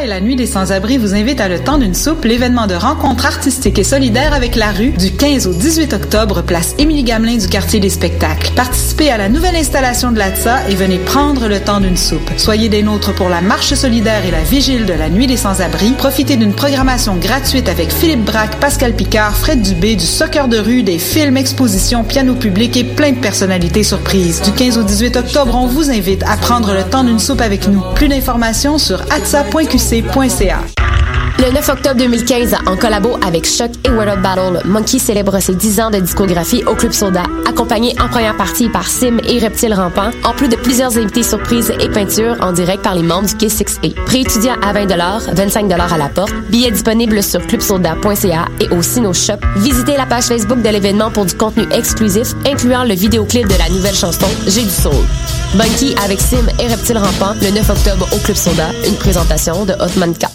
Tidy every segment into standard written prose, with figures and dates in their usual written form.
ATSA et la Nuit des Sans-Abri vous invitent à Le Temps d'une Soupe, l'événement de rencontre artistique et solidaire avec la rue, du 15 au 18 octobre, place Émilie-Gamelin du quartier des spectacles. Participez à la nouvelle installation de l'ATSA et venez prendre le temps d'une soupe. Soyez des nôtres pour la marche solidaire et la vigile de la Nuit des Sans-Abri. Profitez d'une programmation gratuite avec Philippe Braque, Pascal Picard, Fred Dubé, du soccer de rue, des films, expositions, piano public et plein de personnalités surprises. Du 15 au 18 octobre, on vous invite à prendre le temps d'une soupe avec nous. Plus d'informations sur atsa.qc.ca. Le 9 octobre 2015, en collabo avec Choc et Word Up Battle, Monkey célèbre ses 10 ans de discographie au Club Soda, accompagné en première partie par Sim et Reptile Rampant, en plus de plusieurs invités surprises et peintures en direct par les membres du K6A. Prix étudiant à 20 $, 25 $ à la porte. Billets disponibles sur clubsoda.ca et au Sino Shop. Visitez la page Facebook de l'événement pour du contenu exclusif, incluant le vidéoclip de la nouvelle chanson J'ai du soul. Monkey avec Sim et Reptile Rampant, le 9 octobre au Club Soda, une présentation de Hotman K.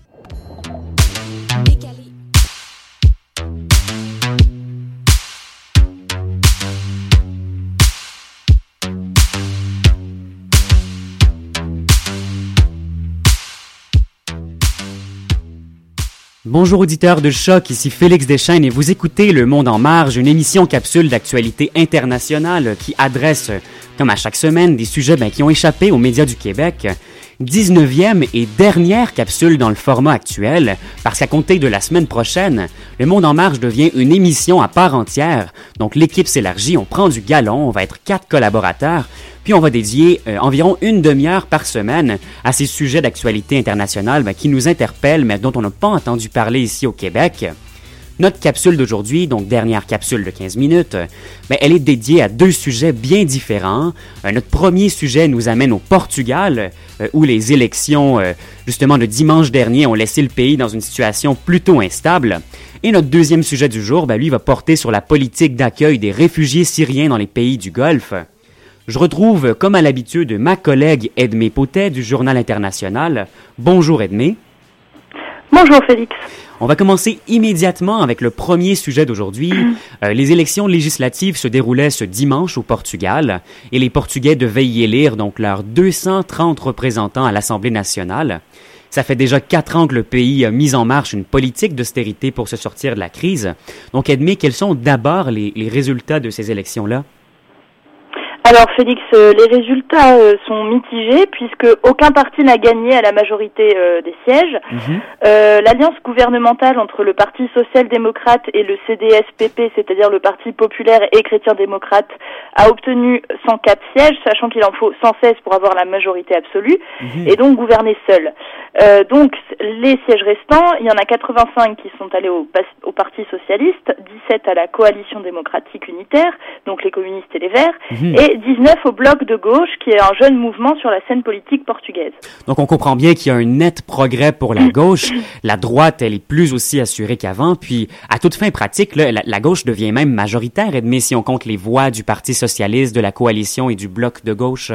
Bonjour auditeurs de Choc, ici Félix Deschênes et vous écoutez Le Monde en marge, une émission capsule d'actualité internationale qui adresse, comme à chaque semaine, des sujets qui ont échappé aux médias du Québec. 19e et dernière capsule dans le format actuel, parce qu'à compter de la semaine prochaine, Le Monde en marge devient une émission à part entière. Donc l'équipe s'élargit, on prend du galon, on va être 4 collaborateurs, puis on va dédier environ une demi-heure par semaine à ces sujets d'actualité internationale qui nous interpellent, mais dont on n'a pas entendu parler ici au Québec. Notre capsule d'aujourd'hui, donc dernière capsule de 15 minutes, elle est dédiée à 2 sujets bien différents. Notre premier sujet nous amène au Portugal, où les élections, justement, de dimanche dernier ont laissé le pays dans une situation plutôt instable. Et notre deuxième sujet du jour, lui, va porter sur la politique d'accueil des réfugiés syriens dans les pays du Golfe. Je retrouve, comme à l'habitude, ma collègue Edmé Potet du Journal International. Bonjour Edmé. Bonjour Félix. On va commencer immédiatement avec le premier sujet d'aujourd'hui. Les élections législatives se déroulaient ce dimanche au Portugal et les Portugais devaient y élire donc leurs 230 représentants à l'Assemblée nationale. Ça fait déjà 4 ans que le pays a mis en marche une politique d'austérité pour se sortir de la crise. Donc Edmé, quels sont d'abord les résultats de ces élections-là? Alors Félix, les résultats sont mitigés puisque aucun parti n'a gagné à la majorité des sièges. L'alliance gouvernementale entre le Parti social-démocrate et le CDS-PP, c'est-à-dire le Parti populaire et chrétien-démocrate, a obtenu 104 sièges, sachant qu'il en faut 116 pour avoir la majorité absolue, et donc gouverner seul. Donc les sièges restants, il y en a 85 qui sont allés au Parti socialiste, 17 à la coalition démocratique unitaire, donc les communistes et les Verts, et 19 au Bloc de gauche, qui est un jeune mouvement sur la scène politique portugaise. Donc on comprend bien qu'il y a un net progrès pour la gauche. La droite, elle est plus aussi assurée qu'avant. Puis, à toute fin pratique, la gauche devient même majoritaire, Edmé, si on compte les voix du Parti socialiste, de la coalition et du Bloc de gauche.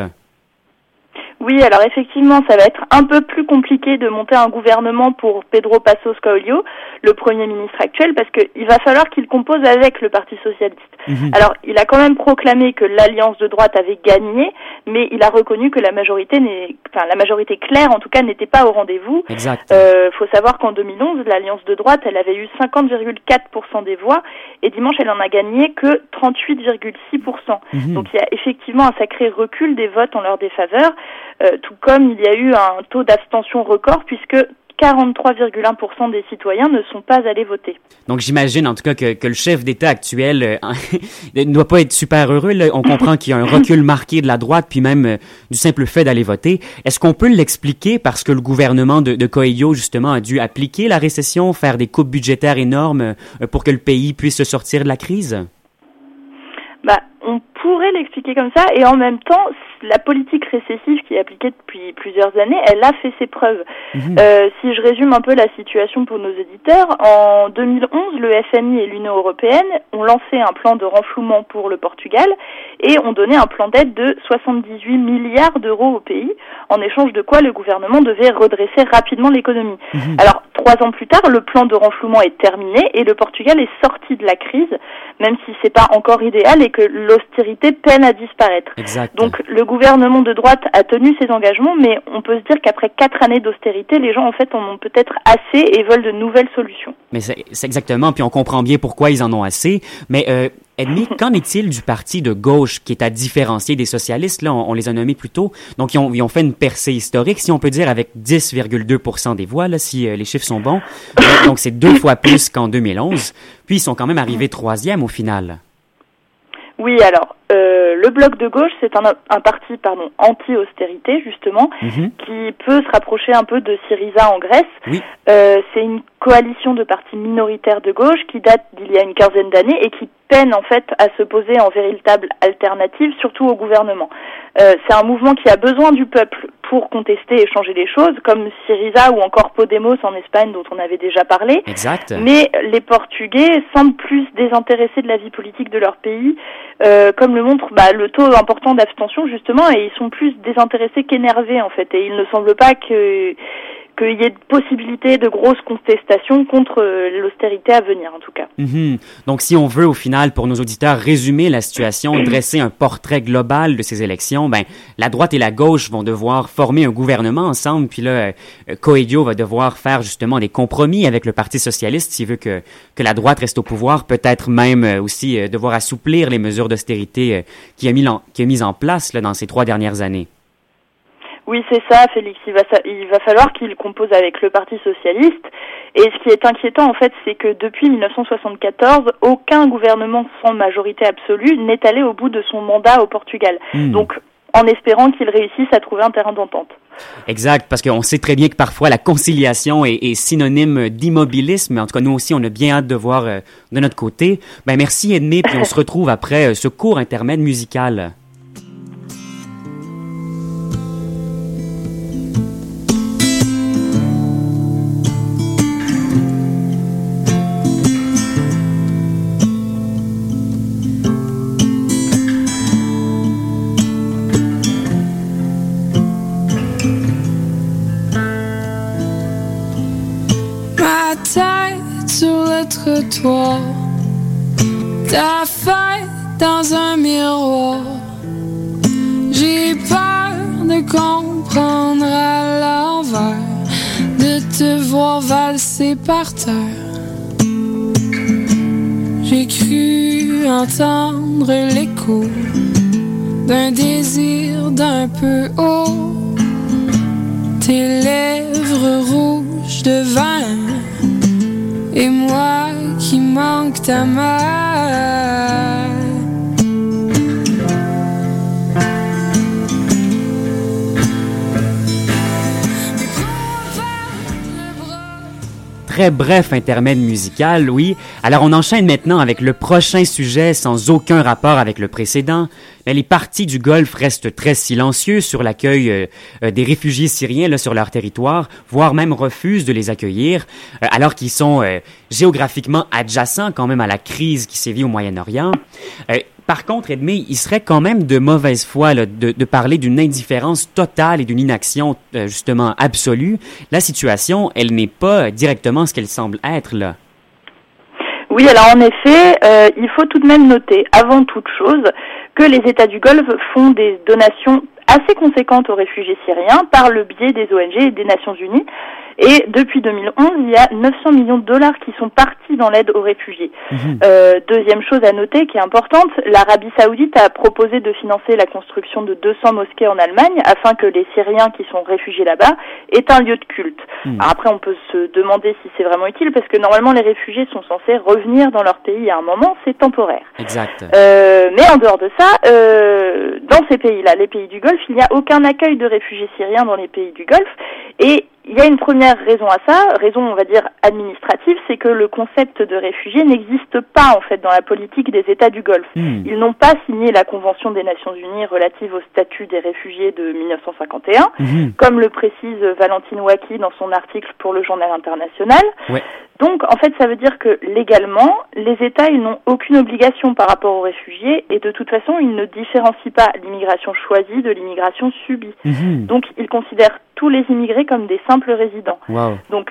Oui, alors effectivement, ça va être un peu plus compliqué de monter un gouvernement pour Pedro Passos Coelho, le Premier ministre actuel, parce qu'il va falloir qu'il compose avec le Parti socialiste. Alors, il a quand même proclamé que l'alliance de droite avait gagné, mais il a reconnu que la majorité claire, en tout cas, n'était pas au rendez-vous. Exact. Faut savoir qu'en 2011, l'alliance de droite, elle avait eu 50,4% des voix, et dimanche, elle en a gagné que 38,6%. Donc, il y a effectivement un sacré recul des votes en leur défaveur. Tout comme il y a eu un taux d'abstention record puisque 43,1% des citoyens ne sont pas allés voter. Donc j'imagine en tout cas que le chef d'État actuel ne doit pas être super heureux. Là. On comprend qu'il y a un recul marqué de la droite puis même du simple fait d'aller voter. Est-ce qu'on peut l'expliquer parce que le gouvernement de Coelho justement a dû appliquer la récession, faire des coupes budgétaires énormes pour que le pays puisse se sortir de la crise? On pourrait l'expliquer comme ça, et en même temps, la politique récessive qui est appliquée depuis plusieurs années, elle a fait ses preuves. Si je résume un peu la situation pour nos auditeurs, en 2011, le FMI et l'Union européenne ont lancé un plan de renflouement pour le Portugal et ont donné un plan d'aide de 78 milliards d'euros au pays, en échange de quoi le gouvernement devait redresser rapidement l'économie. Alors, 3 ans plus tard, le plan de renflouement est terminé et le Portugal est sorti de la crise, même si c'est pas encore idéal et que l'austérité peine à disparaître. Exact. Donc, le gouvernement gouvernement de droite a tenu ses engagements, mais on peut se dire qu'après 4 années d'austérité, les gens en fait en ont peut-être assez et veulent de nouvelles solutions. Mais c'est exactement, puis on comprend bien pourquoi ils en ont assez. Mais Edmé, qu'en est-il du parti de gauche qui est à différencier des socialistes? Là, on les a nommés plus tôt. Donc, ils ont fait une percée historique, si on peut dire, avec 10,2% des voix, là, si les chiffres sont bons. Donc, c'est 2 fois plus qu'en 2011. Puis, ils sont quand même arrivés 3e au final. Oui, alors, le Bloc de gauche, c'est un parti anti-austérité, justement, qui peut se rapprocher un peu de Syriza en Grèce. Oui. C'est une coalition de partis minoritaires de gauche qui date d'il y a une quinzaine d'années et qui peine en fait à se poser en véritable alternative, surtout au gouvernement. C'est un mouvement qui a besoin du peuple pour contester et changer les choses, comme Syriza ou encore Podemos en Espagne dont on avait déjà parlé. Exact. Mais les Portugais semblent plus désintéressés de la vie politique de leur pays, comme le montre le taux important d'abstention justement, et ils sont plus désintéressés qu'énervés en fait. Et il ne semble pas qu'il y ait de possibilité de grosses contestations contre l'austérité à venir, en tout cas. Donc, si on veut, au final, pour nos auditeurs, résumer la situation, dresser un portrait global de ces élections, la droite et la gauche vont devoir former un gouvernement ensemble, puis là, Coelho va devoir faire justement des compromis avec le Parti socialiste s'il veut que la droite reste au pouvoir, peut-être même aussi devoir assouplir les mesures d'austérité qu'il a mises en place là, dans ces 3 dernières années. Oui, c'est ça, Félix. Il va falloir qu'il compose avec le Parti socialiste. Et ce qui est inquiétant, en fait, c'est que depuis 1974, aucun gouvernement sans majorité absolue n'est allé au bout de son mandat au Portugal. Donc, en espérant qu'il réussisse à trouver un terrain d'entente. Exact, parce qu'on sait très bien que parfois la conciliation est synonyme d'immobilisme. En tout cas, nous aussi, on a bien hâte de voir de notre côté. Merci, Edmé, puis on se retrouve après ce court intermède musical. Sur le trottoir, ta fête dans un miroir. J'ai peur de comprendre à l'envers, de te voir valser par terre. J'ai cru entendre l'écho d'un désir d'un peu haut, tes lèvres rouges de vin. Et moi qui manque ta main. Très bref intermède musical, oui. Alors on enchaîne maintenant avec le prochain sujet sans aucun rapport avec le précédent. Mais les partis du Golfe restent très silencieux sur l'accueil des réfugiés syriens là, sur leur territoire, voire même refusent de les accueillir, alors qu'ils sont géographiquement adjacents quand même à la crise qui sévit au Moyen-Orient. Par contre, Edmé, il serait quand même de mauvaise foi là, de parler d'une indifférence totale et d'une inaction justement absolue. La situation, elle n'est pas directement ce qu'elle semble être là. Oui, alors en effet, il faut tout de même noter, avant toute chose, que les États du Golfe font des donations assez conséquentes aux réfugiés syriens par le biais des ONG et des Nations Unies. Et depuis 2011, il y a 900 millions de dollars qui sont partis dans l'aide aux réfugiés. Deuxième chose à noter qui est importante, l'Arabie Saoudite a proposé de financer la construction de 200 mosquées en Allemagne afin que les Syriens qui sont réfugiés là-bas aient un lieu de culte. Alors après, on peut se demander si c'est vraiment utile parce que normalement les réfugiés sont censés revenir dans leur pays à un moment, c'est temporaire. Exact. Mais en dehors de ça, dans ces pays-là, les pays du Golfe, il n'y a aucun accueil de réfugiés syriens dans les pays du Golfe et il y a une première raison à ça, raison on va dire administrative, c'est que le concept de réfugié n'existe pas en fait dans la politique des États du Golfe. Ils n'ont pas signé la Convention des Nations Unies relative au statut des réfugiés de 1951, comme le précise Valentine Wacky dans son article pour le Journal International. Ouais. Donc en fait ça veut dire que légalement, les États ils n'ont aucune obligation par rapport aux réfugiés et de toute façon ils ne différencient pas l'immigration choisie de l'immigration subie. Donc ils considèrent tous les immigrés comme des simples résidents. Wow. Donc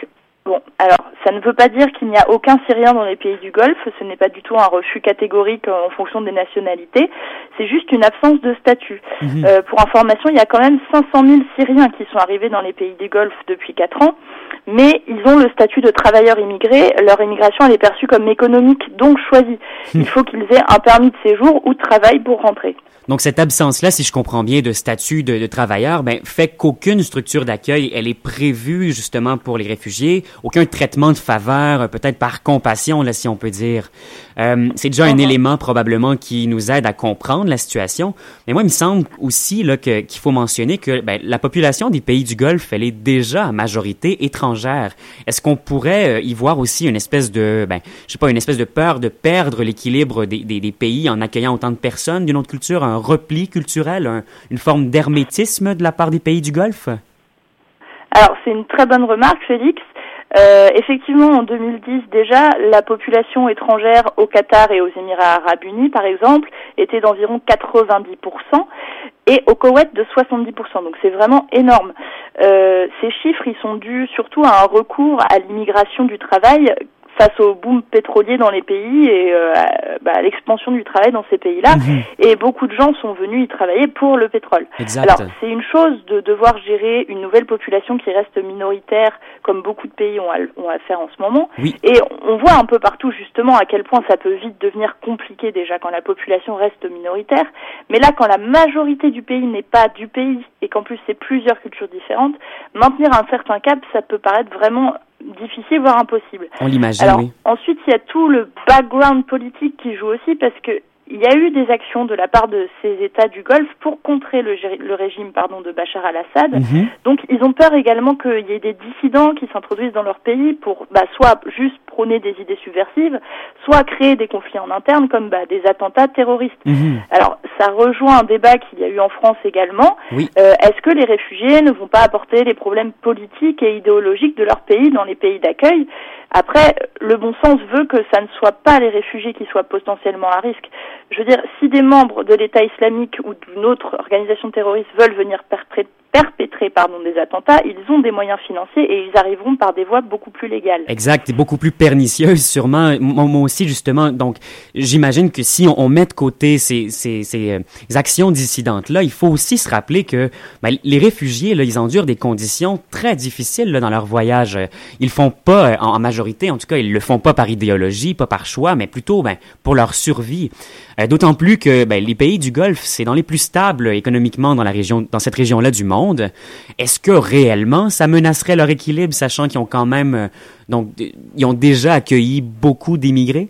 Bon, alors, ça ne veut pas dire qu'il n'y a aucun Syrien dans les pays du Golfe, ce n'est pas du tout un refus catégorique en fonction des nationalités, c'est juste une absence de statut. Pour information, il y a quand même 500 000 Syriens qui sont arrivés dans les pays du Golfe depuis 4 ans, mais ils ont le statut de travailleurs immigrés, leur immigration elle est perçue comme économique, donc choisie. Il faut qu'ils aient un permis de séjour ou de travail pour rentrer. Donc, cette absence-là, si je comprends bien, de statut de travailleur, fait qu'aucune structure d'accueil, elle est prévue justement pour les réfugiés, aucun traitement de faveur, peut-être par compassion, là, si on peut dire. C'est déjà un élément probablement qui nous aide à comprendre la situation. Mais moi, il me semble aussi là qu'il faut mentionner que la population des pays du Golfe, elle est déjà à majorité étrangère. Est-ce qu'on pourrait y voir aussi une espèce de, une espèce de peur de perdre l'équilibre des pays en accueillant autant de personnes d'une autre culture, un repli culturel, une forme d'hermétisme de la part des pays du Golfe? Alors, c'est une très bonne remarque, Félix. Effectivement, en 2010 déjà, la population étrangère au Qatar et aux Émirats Arabes Unis, par exemple, était d'environ 90% et au Koweït de 70%. Donc c'est vraiment énorme. Ces chiffres, ils sont dus surtout à un recours à l'immigration du travail face au boom pétrolier dans les pays et à l'expansion du travail dans ces pays-là. Et beaucoup de gens sont venus y travailler pour le pétrole. Exact. Alors, c'est une chose de devoir gérer une nouvelle population qui reste minoritaire, comme beaucoup de pays ont à faire en ce moment. Oui. Et on voit un peu partout, justement, à quel point ça peut vite devenir compliqué déjà quand la population reste minoritaire. Mais là, quand la majorité du pays n'est pas du pays et qu'en plus c'est plusieurs cultures différentes, maintenir un certain cap, ça peut paraître vraiment difficile, voire impossible. On l'imagine, alors, oui. Ensuite, il y a tout le background politique qui joue aussi parce que il y a eu des actions de la part de ces États du Golfe pour contrer le régime de Bachar al-Assad. Donc, ils ont peur également qu'il y ait des dissidents qui s'introduisent dans leur pays pour soit juste prôner des idées subversives, soit créer des conflits en interne comme des attentats terroristes. Alors, ça rejoint un débat qu'il y a eu en France également. Oui. Est-ce que les réfugiés ne vont pas apporter les problèmes politiques et idéologiques de leur pays dans les pays d'accueil? Après, le bon sens veut que ça ne soit pas les réfugiés qui soient potentiellement à risque. Je veux dire, si des membres de l'État islamique ou d'une autre organisation terroriste veulent venir perpétrer des attentats, ils ont des moyens financiers et ils arriveront par des voies beaucoup plus légales. Exact, et beaucoup plus pernicieuses sûrement. Moi aussi, justement, donc j'imagine que si on met de côté ces actions dissidentes-là, il faut aussi se rappeler que les réfugiés, là, ils endurent des conditions très difficiles là, dans leur voyage. Ils font pas, en majorité, en tout cas, ils le font pas par idéologie, pas par choix, mais plutôt pour leur survie. D'autant plus que les pays du Golfe, c'est dans les plus stables économiquement dans cette région-là du monde. Est-ce que réellement ça menacerait leur équilibre, sachant qu'ils ont quand même ils ont déjà accueilli beaucoup d'immigrés?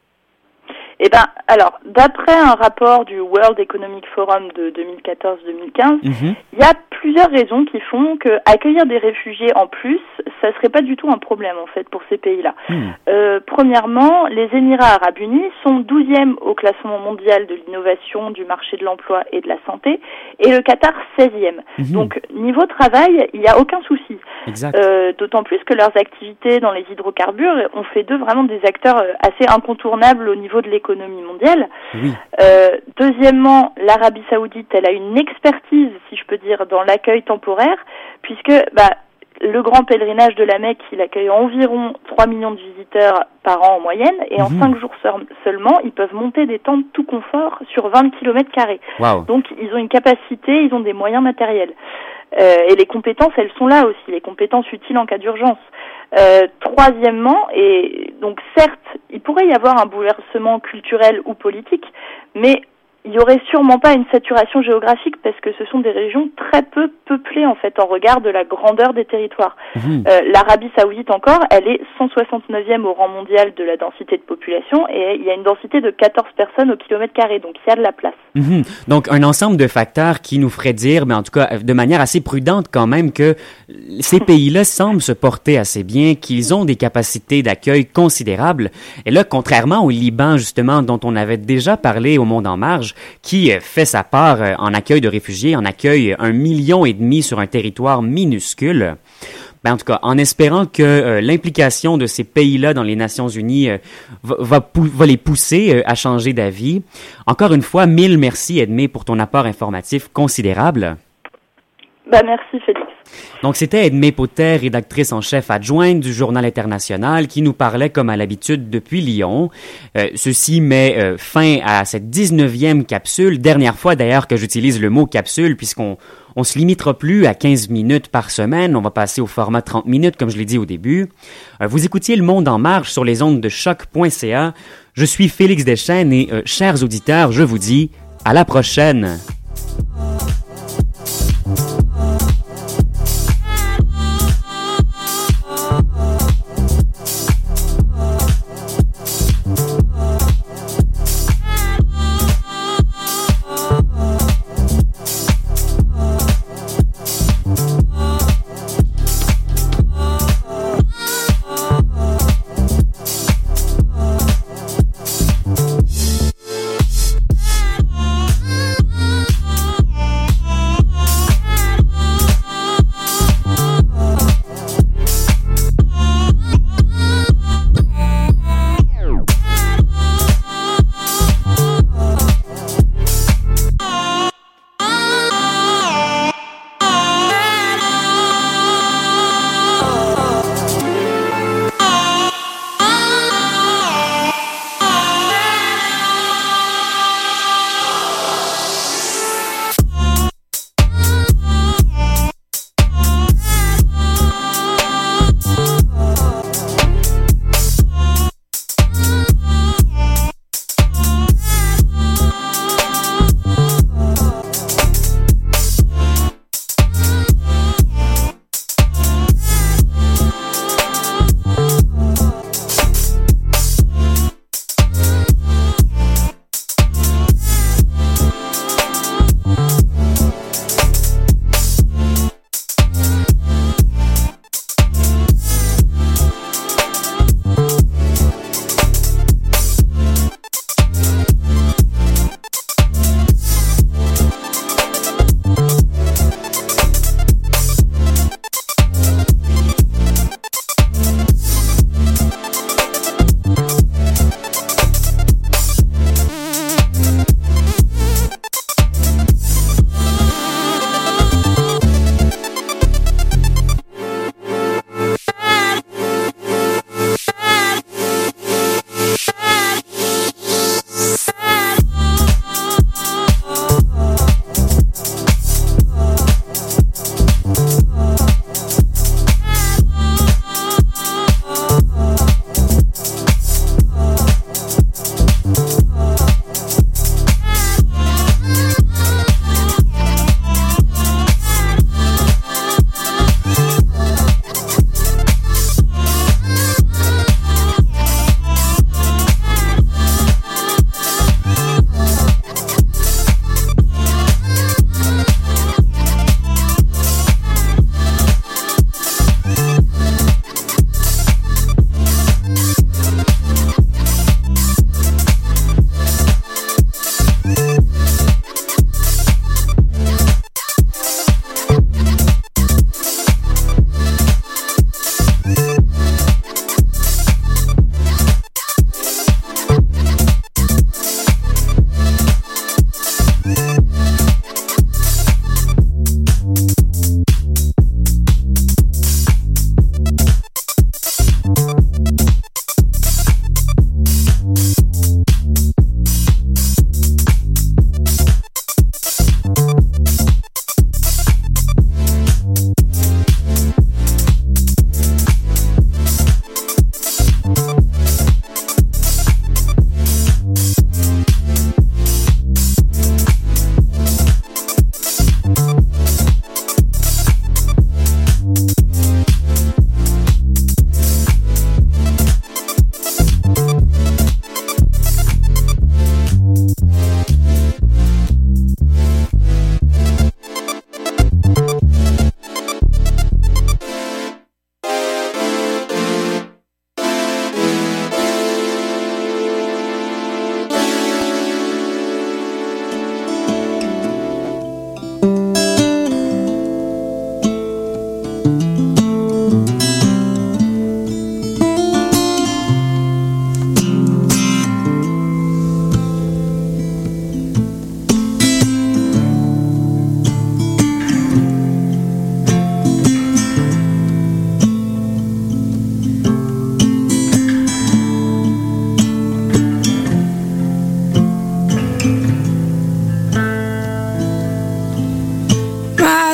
Alors, d'après un rapport du World Economic Forum de 2014-2015, il y a plusieurs raisons qui font que accueillir des réfugiés en plus, ça serait pas du tout un problème en fait pour ces pays-là. Premièrement, les Émirats Arabes Unis sont 12e au classement mondial de l'innovation, du marché de l'emploi et de la santé, et le Qatar 16e. Donc, niveau travail, il n'y a aucun souci. Exact. D'autant plus que leurs activités dans les hydrocarbures ont fait d'eux vraiment des acteurs assez incontournables au niveau de l'économie mondiale. Oui. Deuxièmement, l'Arabie Saoudite, elle a une expertise, si je peux dire, dans l'accueil temporaire, puisque le grand pèlerinage de la Mecque, il accueille environ 3 millions de visiteurs par an en moyenne, et en 5 jours seulement, ils peuvent monter des tentes tout confort sur 20 km². Wow. Donc, ils ont une capacité, ils ont des moyens matériels. Et les compétences, elles sont là aussi, les compétences utiles en cas d'urgence. Troisièmement, et donc certes, il pourrait y avoir un bouleversement culturel ou politique, mais il n'y aurait sûrement pas une saturation géographique parce que ce sont des régions très peu peuplées en fait en regard de la grandeur des territoires. L'Arabie Saoudite encore, elle est 169e au rang mondial de la densité de population et il y a une densité de 14 personnes au kilomètre-carré, donc il y a de la place. Donc un ensemble de facteurs qui nous ferait dire, mais en tout cas de manière assez prudente quand même, que ces pays-là semblent se porter assez bien, qu'ils ont des capacités d'accueil considérables. Et là, contrairement au Liban justement dont on avait déjà parlé au Monde en marge, qui fait sa part en accueil de réfugiés, en accueil 1,5 million sur un territoire minuscule. En tout cas, en espérant que l'implication de ces pays-là dans les Nations Unies va les pousser à changer d'avis. Encore une fois, 1000 merci Edmé pour ton apport informatif considérable. Merci Félix. Donc, c'était Edmé Potet, rédactrice en chef adjointe du Journal International, qui nous parlait comme à l'habitude depuis Lyon. Ceci met fin à cette 19e capsule, dernière fois d'ailleurs que j'utilise le mot capsule, puisqu'on se limitera plus à 15 minutes par semaine. On va passer au format 30 minutes, comme je l'ai dit au début. Vous écoutiez Le Monde en marche sur les ondes de choc.ca. Je suis Félix Deschênes et, chers auditeurs, je vous dis à la prochaine.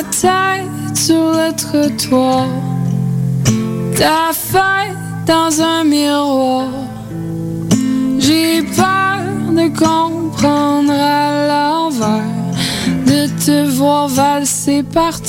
ma tête sur le trottoir, ta fête dans un miroir. J'ai peur de comprendre à l'envers, de te voir valser par